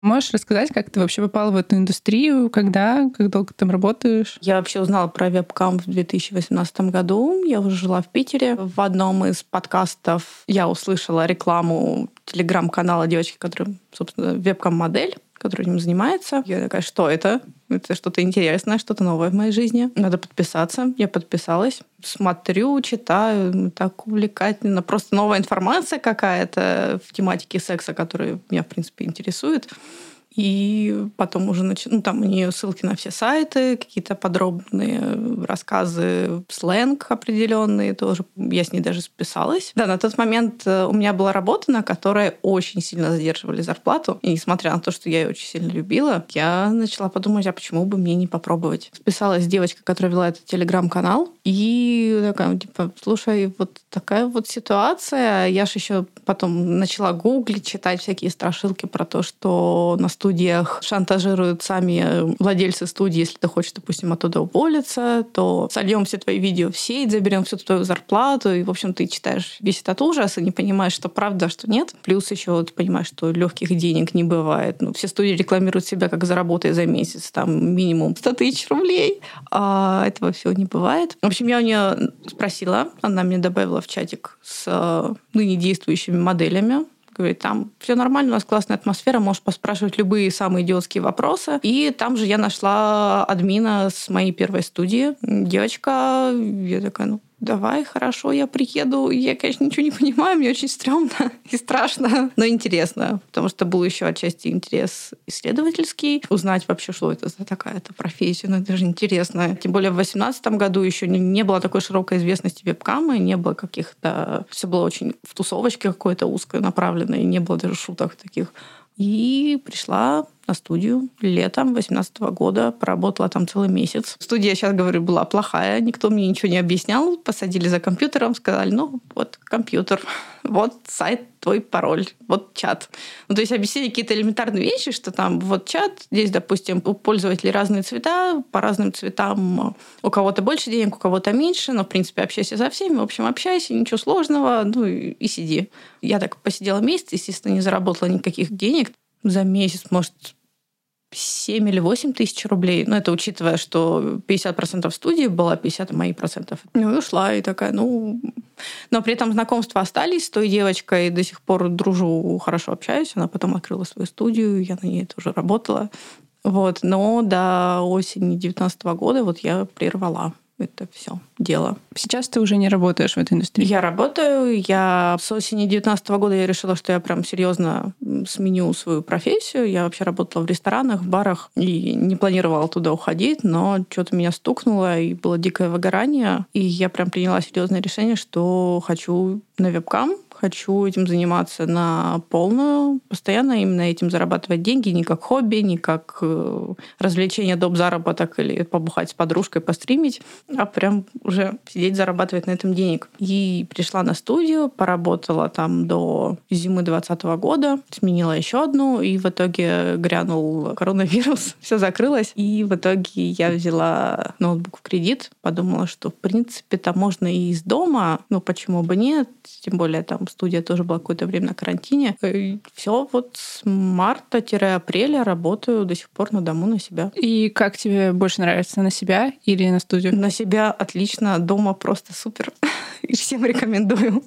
Можешь рассказать, как ты вообще попала в эту индустрию, когда, как долго ты там работаешь? Я вообще узнала про вебкам в 2018 году. Я уже жила в Питере. В одном из подкастов я услышала рекламу телеграм-канала девочки, которая, собственно, вебкам-модель, которая этим занимается. Я такая, что это? Это что-то интересное, что-то новое в моей жизни. Надо подписаться. Я подписалась. Смотрю, читаю. Так увлекательно. Просто новая информация какая-то в тематике секса, которая меня, в принципе, интересует. И потом уже там у нее ссылки на все сайты, какие-то подробные рассказы, сленг определенные тоже. Я с ней даже списалась. Да, на тот момент у меня была работа, на которой очень сильно задерживали зарплату. И несмотря на то, что я ее очень сильно любила, я начала подумать, а почему бы мне не попробовать. Списалась с девочкой, которая вела этот телеграм-канал. И такая, типа, слушай, вот такая вот ситуация. Я же еще потом начала гуглить, читать всякие страшилки про то, что на студиях шантажируют сами владельцы студии. Если ты хочешь, допустим, оттуда уволиться, то сольем все твои видео в сеть, заберем всю твою зарплату. И, в общем, ты читаешь весь этот ужас и не понимаешь, что правда, что нет. Плюс еще ты понимаешь, что легких денег не бывает. Ну, все студии рекламируют себя как заработай за месяц там минимум 100 тысяч рублей. А этого всего не бывает. В общем, я у нее спросила, она мне добавила в чатик с ныне действующими моделями. Говорит, там все нормально, у нас классная атмосфера, можешь поспрашивать любые самые идиотские вопросы. И там же я нашла админа с моей первой студии. Девочка, я такая, ну, давай, хорошо, я приеду. Я, конечно, ничего не понимаю, мне очень стрёмно и страшно, но интересно, потому что был еще отчасти интерес исследовательский, узнать вообще, что это за такая-то профессия, ну, это же интересно. Тем более в 2018 году еще не было такой широкой известности вебкамы, не было каких-то... Все было очень в тусовочке какой-то узкой направленной, не было даже шуток таких. И пришла на студию летом 2018 года, поработала там целый месяц. Студия, сейчас говорю, была плохая, никто мне ничего не объяснял. Посадили за компьютером, сказали, ну, вот компьютер, вот сайт, твой пароль, вот чат. Ну, то есть объяснили какие-то элементарные вещи, что там вот чат, здесь, допустим, у пользователей разные цвета, по разным цветам у кого-то больше денег, у кого-то меньше, но, в принципе, общайся со всеми, в общем, общайся, ничего сложного, ну и сиди. Я так посидела месяц, естественно, не заработала никаких денег. За месяц, может, 7 или 8 тысяч рублей. Ну, это учитывая, что 50% студии было, 50% мои процентов. Ну, и ушла, и такая, ну... Но при этом знакомства остались с той девочкой, до сих пор дружу, хорошо общаюсь. Она потом открыла свою студию, я на ней тоже работала. Вот. Но до осени 2019 года вот я прервала это все дело. Сейчас ты уже не работаешь в этой индустрии? Я работаю. С осени 2019 года я решила, что я прям серьезно сменю свою профессию. Я вообще работала в ресторанах, в барах и не планировала туда уходить, но что-то меня стукнуло, и было дикое выгорание. И я прям приняла серьезное решение, что хочу на вебкам, хочу этим заниматься на полную, постоянно именно этим зарабатывать деньги, не как хобби, не как развлечение, доп. Заработок или побухать с подружкой, постримить, а прям уже сидеть, зарабатывать на этом денег. И пришла на студию, поработала там до зимы 2020 года, сменила еще одну, и в итоге грянул коронавирус, все закрылось. И в итоге я взяла ноутбук в кредит, подумала, что в принципе-то можно и из дома, ну почему бы нет, тем более там студия тоже была какое-то время на карантине. И все, вот с марта-апреля работаю до сих пор на дому на себя. И как тебе больше нравится, на себя или на студию? На себя отлично, дома просто супер. И всем рекомендую.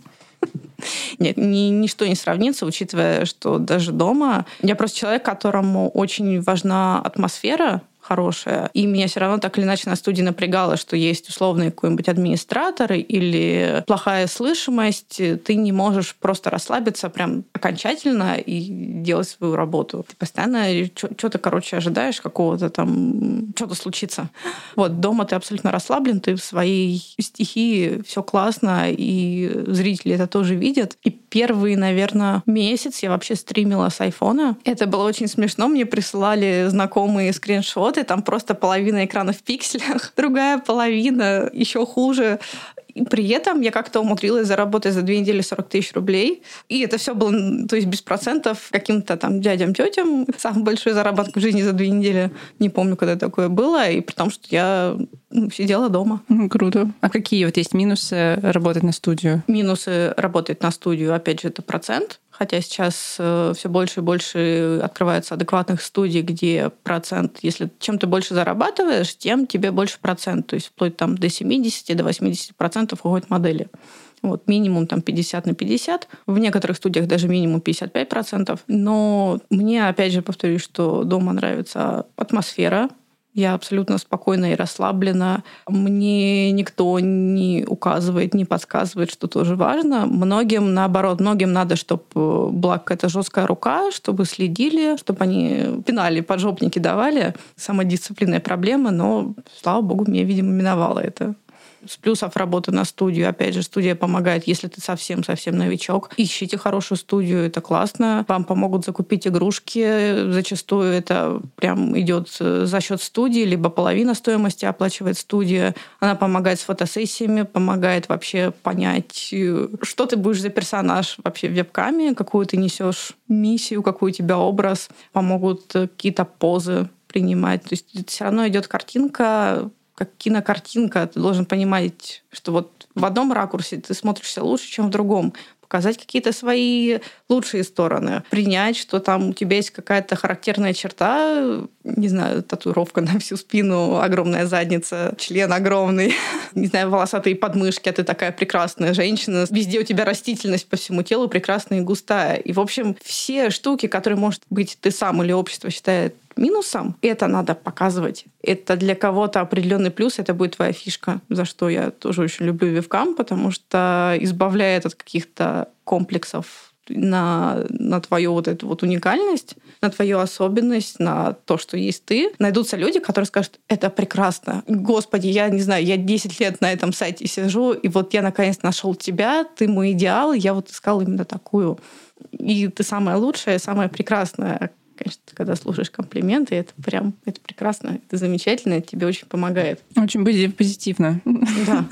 Нет, ничто не сравнится, учитывая, что даже дома я просто человек, которому очень важна атмосфера хорошая. И меня все равно так или иначе на студии напрягало, что есть условный какой-нибудь администратор или плохая слышимость. Ты не можешь просто расслабиться прям окончательно и делать свою работу. Ты постоянно что-то, ожидаешь какого-то там... Что-то случится. Вот, дома ты абсолютно расслаблен, ты в своей стихии, все классно, и зрители это тоже видят. И первый, наверное, месяц я вообще стримила с айфона. Это было очень смешно. Мне присылали знакомые скриншоты, там просто половина экрана в пикселях, другая половина еще хуже. И при этом я как-то умудрилась заработать за 2 недели 40 тысяч рублей. И это все было, то есть без процентов, каким-то там дядям, тетям. Самый большой заработок в жизни за 2 недели. Не помню, когда такое было. И при том, что я сидела дома. Круто. А какие вот есть минусы работать на студию? Минусы работать на студию, опять же, это процент. Хотя сейчас все больше и больше открывается адекватных студий, где процент, если чем ты больше зарабатываешь, тем тебе больше процент. То есть вплоть там до 70, до 80% уходят модели. Вот, минимум там 50/50. В некоторых студиях даже минимум 55%. Но мне, опять же, повторюсь, что дома нравится атмосфера. Я абсолютно спокойна и расслаблена. Мне никто не указывает, не подсказывает, что тоже важно. Многим, наоборот, многим надо, чтобы была какая-то жесткая рука, чтобы следили, чтобы они пинали, поджопники давали. Самодисциплинная проблема, но, слава богу, мне, видимо, миновало это. С плюсов работы на студию. Опять же, студия помогает, если ты совсем-совсем новичок. Ищите хорошую студию, это классно. Вам помогут закупить игрушки. Зачастую это прям идет за счет студии, либо половина стоимости оплачивает студия. Она помогает с фотосессиями, помогает вообще понять, что ты будешь за персонаж вообще в вебкаме, какую ты несешь миссию, какой у тебя образ. Помогут какие-то позы принимать. То есть все равно идет картинка, как кинокартинка. Ты должен понимать, что вот в одном ракурсе ты смотришься лучше, чем в другом. Показать какие-то свои лучшие стороны. Принять, что там у тебя есть какая-то характерная черта, не знаю, татуировка на всю спину, огромная задница, член огромный, не знаю, волосатые подмышки, а ты такая прекрасная женщина. Везде у тебя растительность по всему телу прекрасная и густая. И, в общем, все штуки, которые, может быть, ты сам или общество считает минусом, это надо показывать. Это для кого-то определенный плюс, это будет твоя фишка, за что я тоже очень люблю вебкам, потому что избавляет от каких-то комплексов на твою вот эту вот уникальность, на твою особенность, на то, что есть ты. Найдутся люди, которые скажут, это прекрасно. Господи, я не знаю, я 10 лет на этом сайте сижу, и вот я наконец нашел тебя, ты мой идеал, я вот искал именно такую. И ты самая лучшая, самая прекрасная. Конечно, когда слушаешь комплименты, это прекрасно, это замечательно, это тебе очень помогает. Очень позитивно. Да.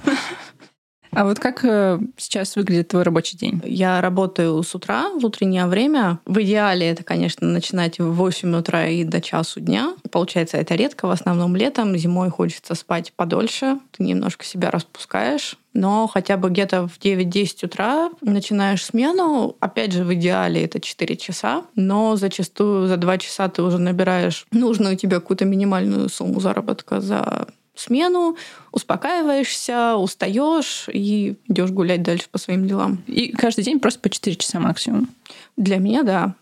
А вот как сейчас выглядит твой рабочий день? Я работаю с утра, в утреннее время. В идеале это, конечно, начинать в 8 утра и до часу дня. Получается, это редко, в основном летом. Зимой хочется спать подольше. Ты немножко себя распускаешь. Но хотя бы где-то в 9-10 утра начинаешь смену. Опять же, в идеале это 4 часа. Но зачастую за 2 часа ты уже набираешь нужную тебе какую-то минимальную сумму заработка за смену, успокаиваешься, устаешь и идешь гулять дальше по своим делам. И каждый день просто по 4 часа максимум? Для меня, да.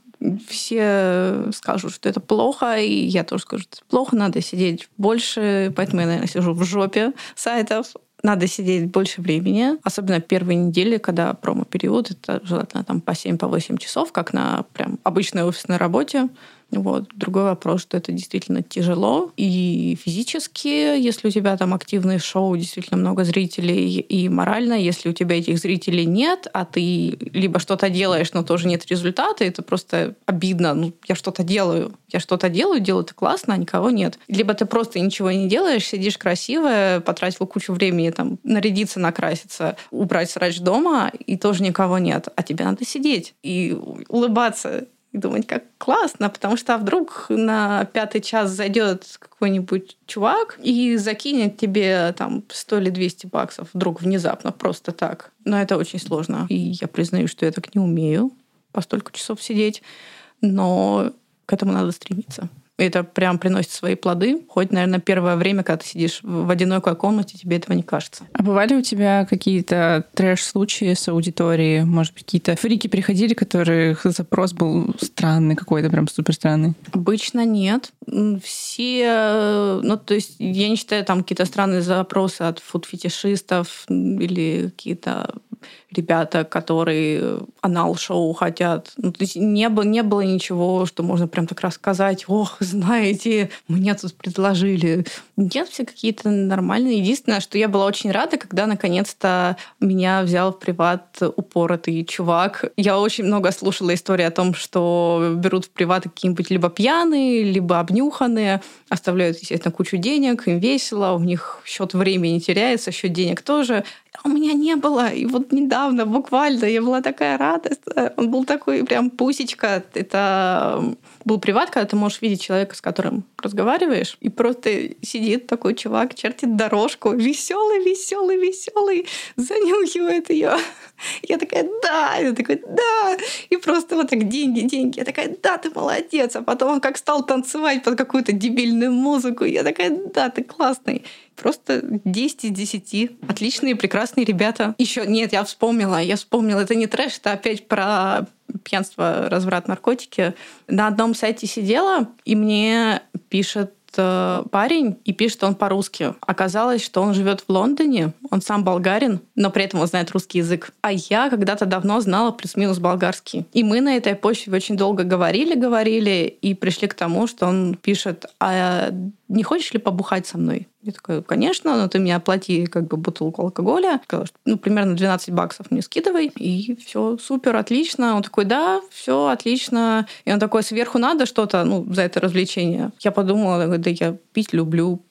Все скажут, что это плохо, и я тоже скажу, что это плохо, надо сидеть больше, поэтому я, наверное, сижу в жопе сайтов. Надо сидеть больше времени, особенно первые недели, когда промо-период, это желательно там по 7-8 часов, как на прям обычной офисной работе. Вот. Другой вопрос, что это действительно тяжело и физически, если у тебя там активные шоу, действительно много зрителей, и морально, если у тебя этих зрителей нет, а ты либо что-то делаешь, но тоже нет результата, это просто обидно. Ну, я что-то делаю, делаю это классно, а никого нет. Либо ты просто ничего не делаешь, сидишь красиво, потратил кучу времени там нарядиться, накраситься, убрать срач дома, и тоже никого нет. А тебе надо сидеть и улыбаться, и думать, как классно, потому что вдруг на 5-й час зайдет какой-нибудь чувак и закинет тебе там 100 или 200 баксов вдруг внезапно, просто так. Но это очень сложно. И я признаю, что я так не умею по столько часов сидеть, но к этому надо стремиться. Это прям приносит свои плоды. Хоть, наверное, первое время, когда ты сидишь в одинокой комнате, тебе этого не кажется. А бывали у тебя какие-то трэш-случаи с аудиторией? Может быть, какие-то фрики приходили, которых запрос был странный какой-то, прям супер странный? Обычно нет. Все... Ну, то есть я не считаю там какие-то странные запросы от фуд-фетишистов или какие-то ребята, которые анал-шоу хотят. Ну, то есть не было ничего, что можно прям так рассказать. Ох, знаете, мне тут предложили. Нет, все какие-то нормальные. Единственное, что я была очень рада, когда наконец-то меня взял в приват упоротый чувак. Я очень много слушала истории о том, что берут в приват какие-нибудь либо пьяные, либо обнюханные, оставляют, естественно, кучу денег, им весело, у них счет времени теряется, счет денег тоже. А у меня не было. И вот недавно, буквально, я была такая радостная. Он был такой прям пусечка. Это был приват, когда ты можешь видеть человека, с которым разговариваешь, и просто сидит такой чувак, чертит дорожку, веселый, занюхивает ее. Я такая, да, я такой, да, и просто вот так деньги. Я такая, да, ты молодец. А потом он как стал танцевать под какую-то дебильную музыку. Я такая, да, ты классный. Просто 10 из 10. Отличные, прекрасные ребята. Еще нет, я вспомнила. Это не трэш, это опять про пьянство, разврат, наркотики. На одном сайте сидела, и мне пишет парень, и пишет он по-русски. Оказалось, что он живет в Лондоне, он сам болгарин, но при этом он знает русский язык. А я когда-то давно знала плюс-минус болгарский. И мы на этой почве очень долго говорили, и пришли к тому, что он пишет, а не хочешь ли побухать со мной? Я такая, конечно, но ты мне оплати бутылку алкоголя. Сказала, что, примерно $12 мне скидывай. И все супер, отлично. Он такой, да, все отлично. И он такой, сверху надо что-то, за это развлечение. Я подумала, да я пить люблю.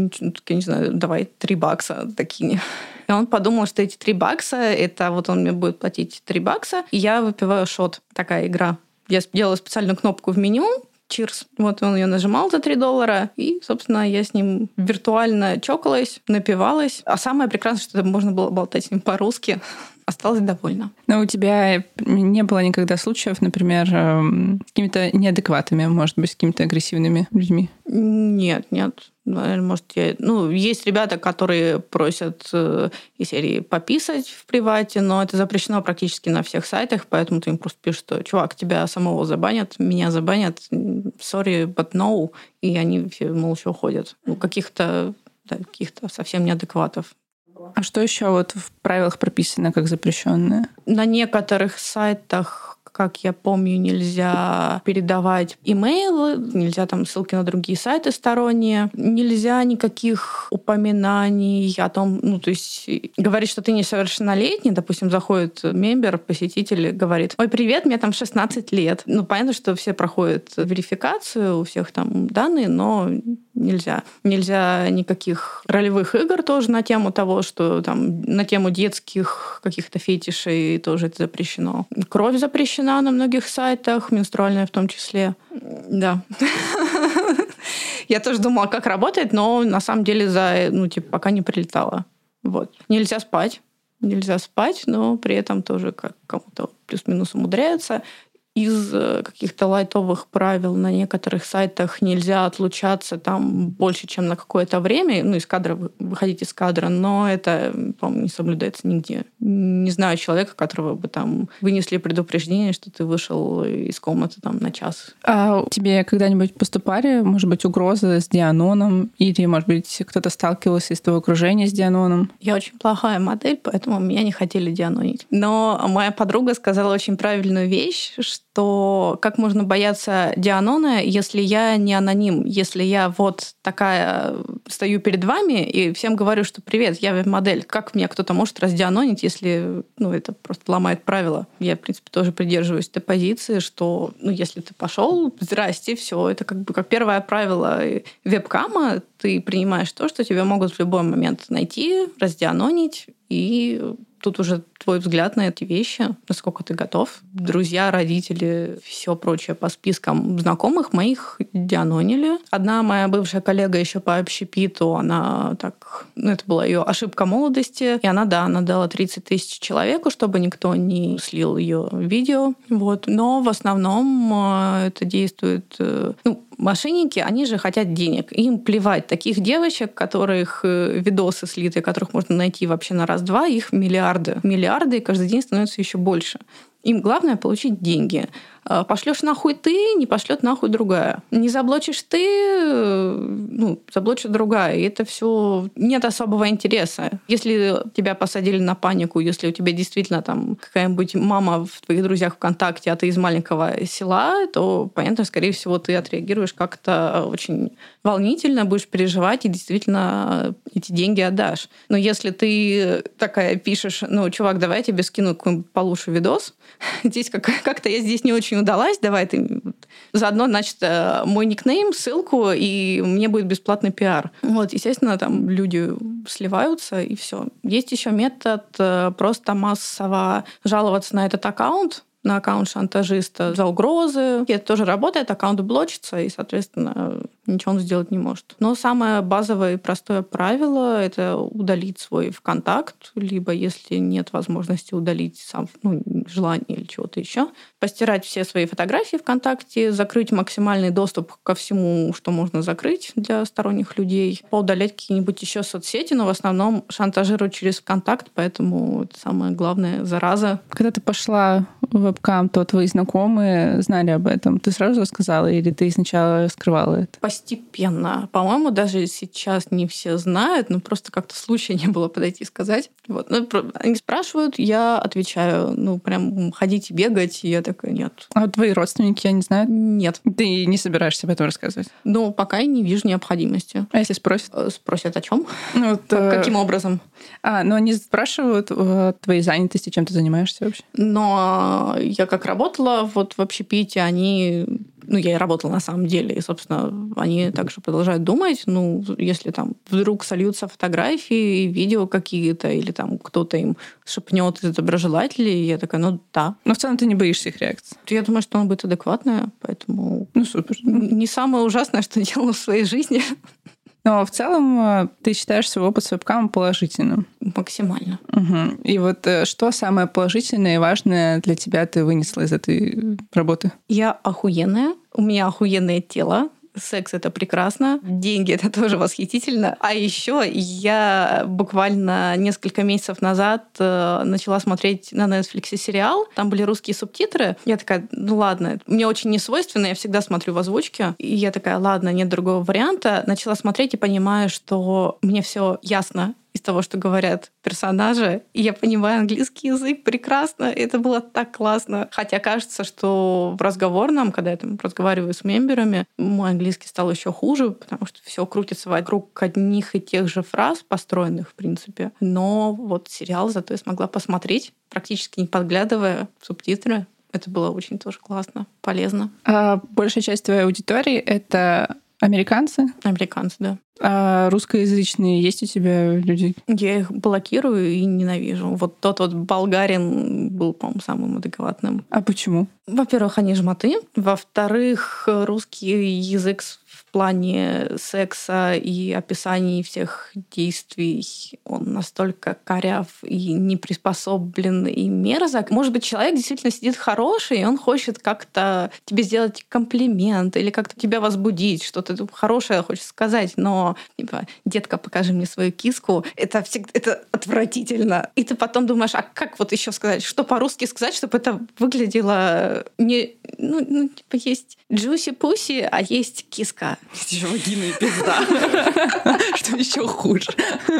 Я не знаю, давай $3 докинь. И он подумал, что эти $3, это вот он мне будет платить $3, и я выпиваю шот. Такая игра. Я сделала специальную кнопку в меню, Cheers. Вот он ее нажимал за $3, и, собственно, я с ним виртуально чокалась, напивалась. А самое прекрасное, что можно было болтать с ним по-русски. Осталась довольна. Но у тебя не было никогда случаев, например, с какими-то неадекватными, может быть, с какими-то агрессивными людьми? Нет. Наверное, может, есть ребята, которые просят из серии пописать в привате, но это запрещено практически на всех сайтах, поэтому ты им просто пишешь, что чувак, тебя самого забанят, меня забанят, sorry, but no, и они все молча уходят. Каких-то совсем неадекватов. А что еще вот в правилах прописано как запрещенное? На некоторых сайтах, как я помню, нельзя передавать имейлы, нельзя там ссылки на другие сайты сторонние, нельзя никаких упоминаний о том, то есть говорить, что ты несовершеннолетний, допустим, заходит мембер, посетитель, говорит, ой, привет, мне там 16 лет. Понятно, что все проходят верификацию, у всех там данные, но нельзя. Нельзя никаких ролевых игр тоже на тему того, что там на тему детских каких-то фетишей тоже это запрещено. Кровь запрещена на многих сайтах, менструальная в том числе. Да. Я тоже думала, как работает, но на самом деле пока не прилетала. Вот. Нельзя спать, но при этом тоже как кому-то плюс-минус умудряется. Из каких-то лайтовых правил на некоторых сайтах нельзя отлучаться там больше, чем на какое-то время, из кадра, выходить из кадра, но это, по-моему, не соблюдается нигде. Не знаю человека, которого бы там вынесли предупреждение, что ты вышел из комнаты там на час. А тебе когда-нибудь поступали, может быть, угрозы с Дианоном, или, может быть, кто-то сталкивался из твоего окружения с Дианоном? Я очень плохая модель, поэтому меня не хотели дианонить. Но моя подруга сказала очень правильную вещь, что как можно бояться Дианона, если я не аноним, если я вот такая стою перед вами и всем говорю, что привет, я веб-модель. Как меня кто-то может раздианонить, если это просто ломает правила? Я, в принципе, тоже придерживаюсь этой позиции, что если ты пошел, здрасте, все, это как первое правило веб-кама, ты принимаешь то, что тебя могут в любой момент найти, раздианонить, и тут уже твой взгляд на эти вещи, насколько ты готов. Друзья, родители, все прочее по спискам знакомых моих дианонили. Одна моя бывшая коллега еще по общепиту, она так... это была ее ошибка молодости. И она дала 30 тысяч человеку, чтобы никто не слил ее видео. Вот. Но в основном это действует... мошенники, они же хотят денег. Им плевать. Таких девочек, которых видосы слиты, которых можно найти вообще на раз-два, их миллиарды. Миллиарды, и каждый день становится еще больше. Им главное получить деньги. Пошлешь нахуй ты, не пошлет нахуй другая. Не заблочишь ты, заблочит другая. И это все нет особого интереса. Если тебя посадили на панику, если у тебя действительно там какая-нибудь мама в твоих друзьях ВКонтакте, а ты из маленького села, то, понятно, скорее всего, ты отреагируешь как-то очень волнительно, будешь переживать и действительно эти деньги отдашь. Но если ты такая пишешь, чувак, давай я тебе скину какой-нибудь получше видос, здесь как-то я здесь не очень удалась, давай ты заодно, значит, мой никнейм, ссылку, и мне будет бесплатный пиар. Вот, естественно, там люди сливаются, и все. Есть еще метод просто массово жаловаться на этот аккаунт, на аккаунт шантажиста за угрозы. И это тоже работает, аккаунт блочится, и, соответственно, ничего он сделать не может. Но самое базовое и простое правило — это удалить свой ВКонтакт, либо, если нет возможности удалить сам, желание или чего-то еще, постирать все свои фотографии ВКонтакте, закрыть максимальный доступ ко всему, что можно закрыть для сторонних людей, поудалять какие-нибудь еще соцсети, но в основном шантажируют через ВКонтакт, поэтому это самая главная зараза. Когда ты пошла в вебкам, то твои знакомые знали об этом? Ты сразу рассказала или ты сначала скрывала это? Постепенно. По-моему, даже сейчас не все знают, но просто как-то случая не было подойти и сказать. Вот. Они спрашивают, я отвечаю, прям ходить и бегать, и я такая, нет. А вот твои родственники, они знают? Нет. Ты не собираешься об этом рассказывать? Пока я не вижу необходимости. А если спросят? Спросят о чем? Каким образом? Они спрашивают о твоей занятости, чем ты занимаешься вообще? Но я как работала в общепите, я и работала на самом деле, и, собственно, они также продолжают думать, если там вдруг сольются фотографии, видео какие-то, или там кто-то им шепнет из доброжелателей, я такая, да. Но в целом ты не боишься их реакции? Я думаю, что она будет адекватная, поэтому... Супер. Не самое ужасное, что делала в своей жизни. Но в целом ты считаешь свой опыт с вебкамом положительным? Максимально. Угу. И что самое положительное и важное для тебя ты вынесла из этой работы? Я охуенная. У меня охуенное тело. Секс — это прекрасно, деньги — это тоже восхитительно. А еще я буквально несколько месяцев назад начала смотреть на Netflix сериал. Там были русские субтитры. Я такая, ладно, мне очень не свойственно, я всегда смотрю в озвучке. И я такая, ладно, нет другого варианта. Начала смотреть и понимаю, что мне все ясно из того, что говорят персонажи. И я понимаю английский язык прекрасно. Это было так классно. Хотя кажется, что в разговорном, когда я там разговариваю с мемберами, мой английский стал еще хуже, потому что все крутится вокруг одних и тех же фраз, построенных, в принципе. Но сериал зато я смогла посмотреть, практически не подглядывая в субтитры. Это было очень тоже классно, полезно. А большая часть твоей аудитории — это американцы? Американцы, да. А русскоязычные есть у тебя люди? Я их блокирую и ненавижу. Тот болгарин был, по-моему, самым адекватным. А почему? Во-первых, они жмоты. Во-вторых, русский язык в плане секса и описаний всех действий, он настолько коряв и не приспособлен и мерзок. Может быть, человек действительно сидит хороший, и он хочет как-то тебе сделать комплимент или как-то тебя возбудить, что-то хорошее хочет сказать, но детка, покажи мне свою киску, это отвратительно. И ты потом думаешь, а как еще сказать, что по-русски сказать, чтобы это выглядело не... есть juicy pussy, а есть киска. Есть еще вагина и пизда. Что еще хуже.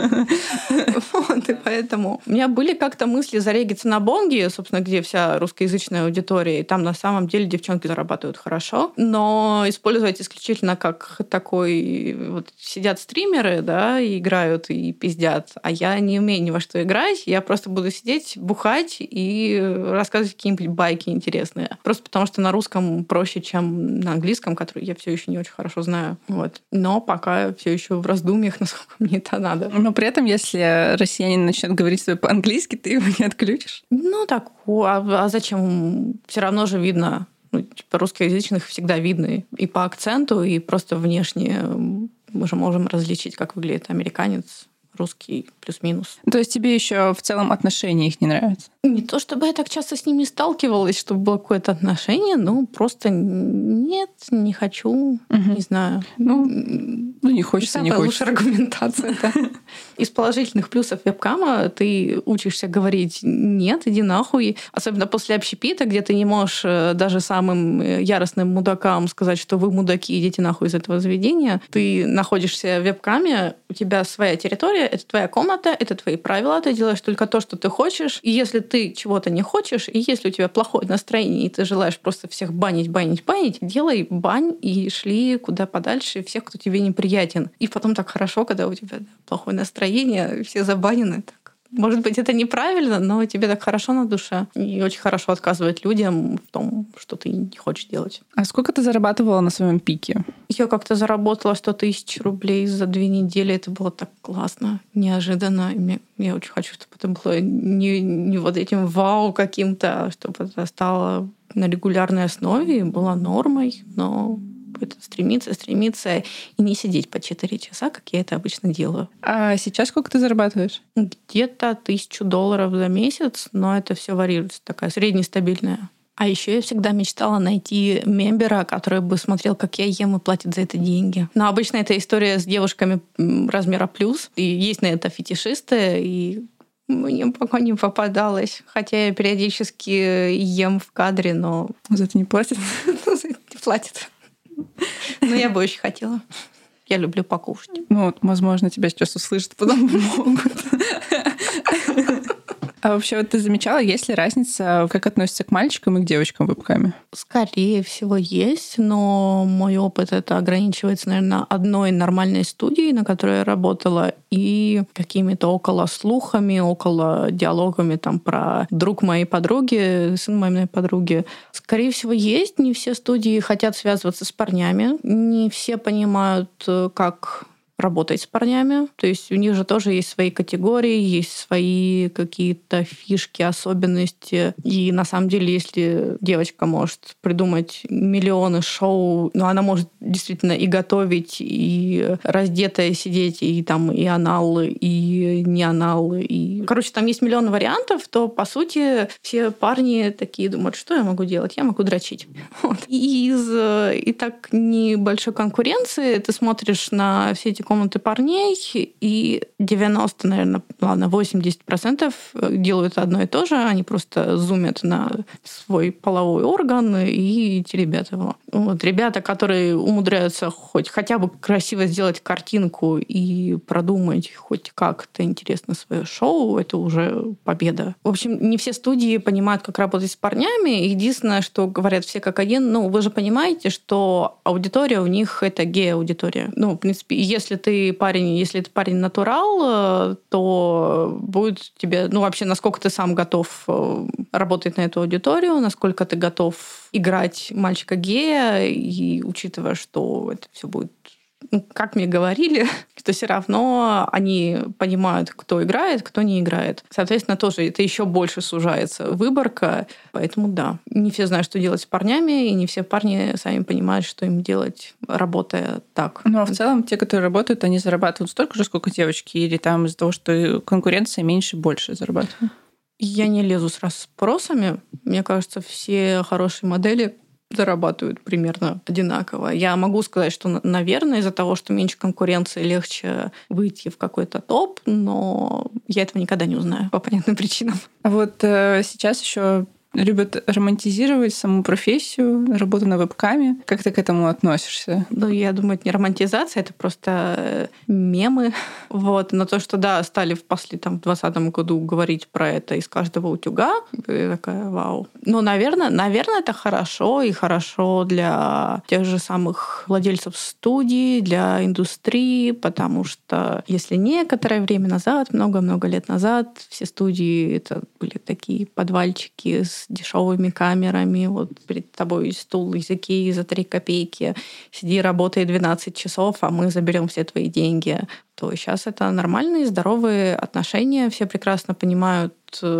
И поэтому у меня были как-то мысли зарегиться на Бонге, собственно, где вся русскоязычная аудитория, и там на самом деле девчонки зарабатывают хорошо, но использовать исключительно как такой... сидят стримеры, да, и играют, и пиздят, а я не умею ни во что играть, я просто буду сидеть, бухать и рассказывать какие-нибудь байки интересные. Просто потому что на русском проще, чем на английском, который я все еще не очень хорошо знаю. Но пока все еще в раздумьях, насколько мне это надо. Но при этом, если россиянин начнет говорить с тобой по-английски, ты его не отключишь? А зачем? Все равно же видно. Русскоязычных всегда видно и по акценту, и просто внешне мы же можем различить, как выглядит американец, русский плюс-минус. То есть тебе еще в целом отношения их не нравятся? Не то чтобы я так часто с ними сталкивалась, чтобы было какое-то отношение, просто нет, не хочу, не знаю. Не хочется, не хочется. Самая лучшая аргументация, да. Из положительных плюсов вебкама ты учишься говорить «нет, иди нахуй». Особенно после общепита, где ты не можешь даже самым яростным мудакам сказать, что вы мудаки, идите нахуй из этого заведения. Ты находишься в вебкаме, у тебя своя территория, это твоя комната, это твои правила, ты делаешь только то, что ты хочешь. И если ты чего-то не хочешь, и если у тебя плохое настроение, и ты желаешь просто всех банить, делай бань и шли куда подальше всех, кто тебе неприятен. И потом так хорошо, когда у тебя плохое настроение, все забанены, так Может быть, это неправильно, но тебе так хорошо на душе. И очень хорошо отказывать людям в том, что ты не хочешь делать. А сколько ты зарабатывала на своем пике? Я как-то заработала 100 тысяч рублей за 2 недели. Это было так классно, неожиданно. И я очень хочу, чтобы это было не вот этим вау каким-то, а чтобы это стало на регулярной основе и было нормой. Но это стремиться и не сидеть по 4 часа, как я это обычно делаю. А сейчас сколько ты зарабатываешь? Где-то $1000 за месяц, но это все варьируется, такая среднестабильная. А еще я всегда мечтала найти мембера, который бы смотрел, как я ем, и платит за это деньги. Но обычно это история с девушками размера плюс. И есть на это фетишисты, и мне пока не попадалось. Хотя я периодически ем в кадре, но... За это не платят? За это не платят. Но я бы очень хотела. Я люблю покушать. Ну, вот, возможно, тебя сейчас услышат, потом помогут. А вообще, вот ты замечала, есть ли разница, как относятся к мальчикам и к девочкам в вебкаме? Скорее всего, есть, но мой опыт это ограничивается, наверное, одной нормальной студией, на которой я работала, и какими-то около слухами, около диалогами там про друг моей подруги, сын моей подруги. Скорее всего, есть. Не все студии хотят связываться с парнями, не все понимают, как работать с парнями. То есть у них же тоже есть свои категории, есть свои какие-то фишки, особенности. И на самом деле, если девочка может придумать миллионы шоу, но она может действительно и готовить, и раздетая сидеть, и там и анал, и не анал. И... Короче, там есть миллион вариантов, то, по сути, все парни такие думают, что я могу делать? Я могу дрочить. Вот. И из и так небольшой конкуренции ты смотришь на все эти комнаты парней, и 90, наверное, ладно, 80% делают одно и то же. Они просто зумят на свой половой орган, и эти ребята. Вот. Ребята, которые умудряются хотя бы красиво сделать картинку и продумать хоть как-то интересно свое шоу, это уже победа. В общем, не все студии понимают, как работать с парнями. Единственное, что говорят все как один, вы же понимаете, что аудитория у них — это гей-аудитория. В принципе, если ты парень натурал, то будет тебе... вообще, насколько ты сам готов работать на эту аудиторию, насколько ты готов играть мальчика-гея, и учитывая, что это все будет... как мне говорили, что все равно они понимают, кто играет, кто не играет. Соответственно, тоже это еще больше сужается выборка. Поэтому да, не все знают, что делать с парнями, и не все парни сами понимают, что им делать, работая так. А в целом те, которые работают, они зарабатывают столько же, сколько девочки, или там из-за того, что конкуренция меньше, больше зарабатывают? Я не лезу с расспросами. Мне кажется, все хорошие модели зарабатывают примерно одинаково. Я могу сказать, что, наверное, из-за того, что меньше конкуренции, легче выйти в какой-то топ, но я этого никогда не узнаю по понятным причинам. А вот сейчас еще любят романтизировать саму профессию, работу на вебкаме. Как ты к этому относишься? Я думаю, это не романтизация, это просто мемы. Вот. Но то, что, да, стали в 2020 году говорить про это из каждого утюга, я такая, вау. Наверное, это хорошо, и хорошо для тех же самых владельцев студий, для индустрии, потому что если некоторое время назад, много-много лет назад, все студии это были такие подвальчики с дешевыми камерами, вот перед тобой стул из Икеи за 3 копейки, сиди, работай 12 часов, а мы заберем все твои деньги, то сейчас это нормальные, здоровые отношения, все прекрасно понимают.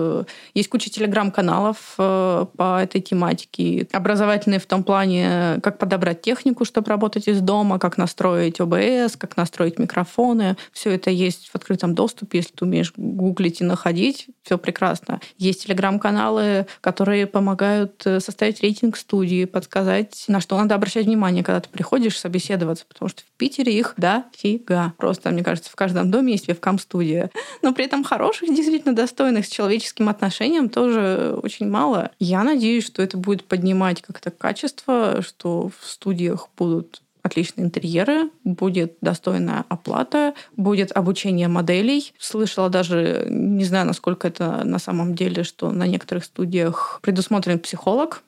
Есть куча телеграм-каналов по этой тематике, образовательные в том плане, как подобрать технику, чтобы работать из дома, как настроить ОБС, как настроить микрофоны. Все это есть в открытом доступе, если ты умеешь гуглить и находить, все прекрасно. Есть телеграм-каналы, которые помогают составить рейтинг студии, подсказать, на что надо обращать внимание, когда ты приходишь собеседоваться, потому что в Питере их дофига. Просто, мне кажется, в каждом доме есть вебкам-студия. Но при этом хороших, действительно достойных, с человеческим отношением тоже очень мало. Я надеюсь, что это будет поднимать как-то качество, что в студиях будут отличные интерьеры, будет достойная оплата, будет обучение моделей. Слышала даже, не знаю, насколько это на самом деле, что на некоторых студиях предусмотрен психолог.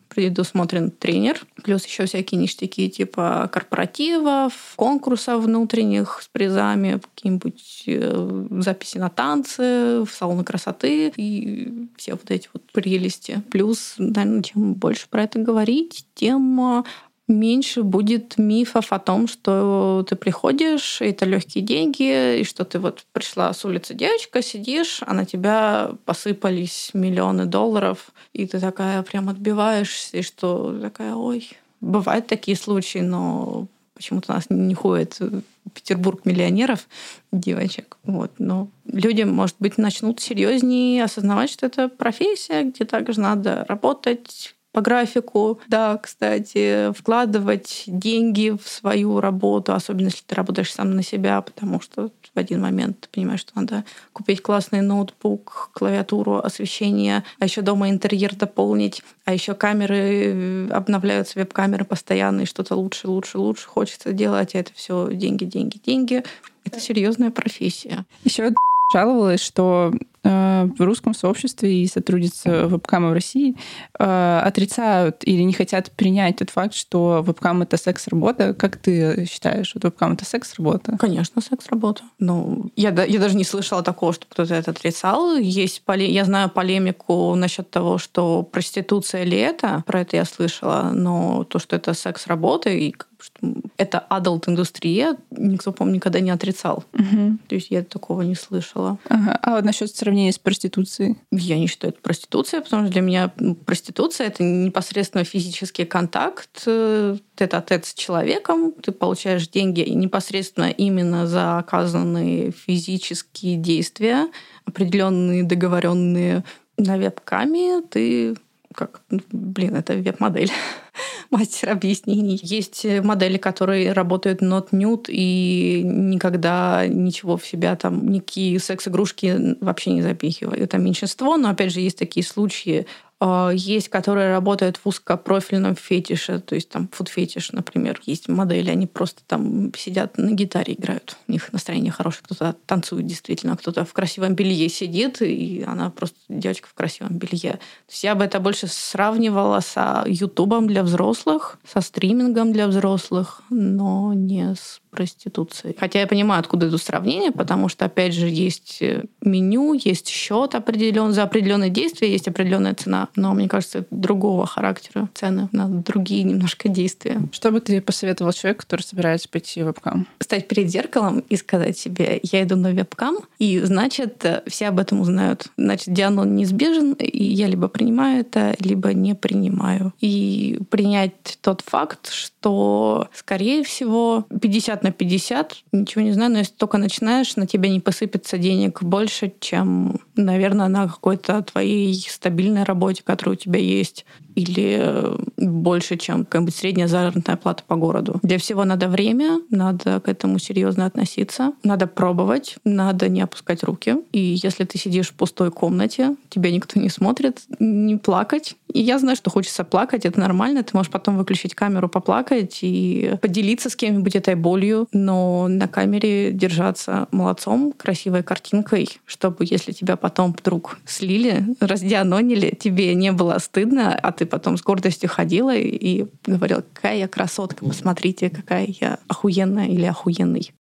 предусмотрен тренер, плюс еще всякие ништяки типа корпоративов, конкурсов внутренних с призами, какие-нибудь записи на танцы, в салоны красоты и все вот эти вот прелести. Плюс, наверное, чем больше про это говорить, тем меньше будет мифов о том, что ты приходишь, и это легкие деньги, и что ты вот пришла с улицы девочка, сидишь, а на тебя посыпались миллионы долларов, и ты такая прям отбиваешься, и что такая, ой, бывают такие случаи, но почему-то у нас не ходит в Петербург миллионеров, девочек. Вот. Но люди, может быть, начнут серьезнее осознавать, что это профессия, где также надо работать, по графику, да, кстати, вкладывать деньги в свою работу, особенно если ты работаешь сам на себя, потому что в один момент ты понимаешь, что надо купить классный ноутбук, клавиатуру, освещение, а еще дома интерьер дополнить, а еще камеры обновляются, веб-камеры постоянно, и что-то лучше хочется делать, а это все деньги, деньги, деньги. Это серьезная профессия. Еще жаловалась, что в русском сообществе и сотрудницы вебкама в России отрицают или не хотят принять тот факт, что вебкам — это секс-работа. Как ты считаешь, вот вебкам — это секс-работа? Конечно, секс-работа. Ну, я даже не слышала такого, что кто-то это отрицал. Я знаю полемику насчет того, что проституция ли это, про это я слышала, но то, что это секс-работа и что это адалт-индустрия, никто, по-моему, никогда не отрицал. Угу. То есть я такого не слышала. Ага. А вот насчет сравнения с проституцией? Я не считаю это проституцией, потому что для меня проституция — это непосредственно физический контакт, тет-а-тет с человеком. Ты получаешь деньги непосредственно именно за оказанные физические действия, определенные, договоренные на веб-каме. Ты это веб-модель. Мастер объяснений. Есть модели, которые работают not nude и никогда ничего в себя, там, никакие секс-игрушки вообще не запихивают. Это меньшинство, но, опять же, есть такие случаи. Есть, которые работают в узкопрофильном фетише, то есть там фуд-фетиш, например. Есть модели, они просто там сидят на гитаре, играют. У них настроение хорошее, кто-то танцует действительно, кто-то в красивом белье сидит, и она просто девочка в красивом белье. То есть я бы это больше сравнивала с ютубом для взрослых, со стримингом для взрослых, но не с проституцией. Хотя я понимаю, откуда это сравнение, потому что, опять же, есть меню, есть счет определенный, за определенные действия есть определенная цена. Но, мне кажется, это другого характера цены на другие немножко действия. Что бы ты посоветовал человеку, который собирается пойти в вебкам? Стать перед зеркалом и сказать себе: я иду на вебкам, и, значит, все об этом узнают. Значит, дианон неизбежен, и я либо принимаю это, либо не принимаю. И принять тот факт, что, скорее всего, 50 на 50, ничего не знаю, но если только начинаешь, на тебя не посыпется денег больше, чем, наверное, на какой-то твоей стабильной работе, которая у тебя есть, или больше, чем какая-нибудь средняя заработная плата по городу. Для всего надо время, надо к этому серьезно относиться, надо пробовать, надо не опускать руки. И если ты сидишь в пустой комнате, тебя никто не смотрит, не плакать. И я знаю, что хочется плакать, это нормально, ты можешь потом выключить камеру, поплакать и поделиться с кем-нибудь этой болью, но на камере держаться молодцом, красивой картинкой, чтобы, если тебя потом вдруг слили, раздианонили, тебе не было стыдно, а ты потом с гордостью ходила и говорила: какая я красотка, посмотрите, какая я охуенная или охуенный.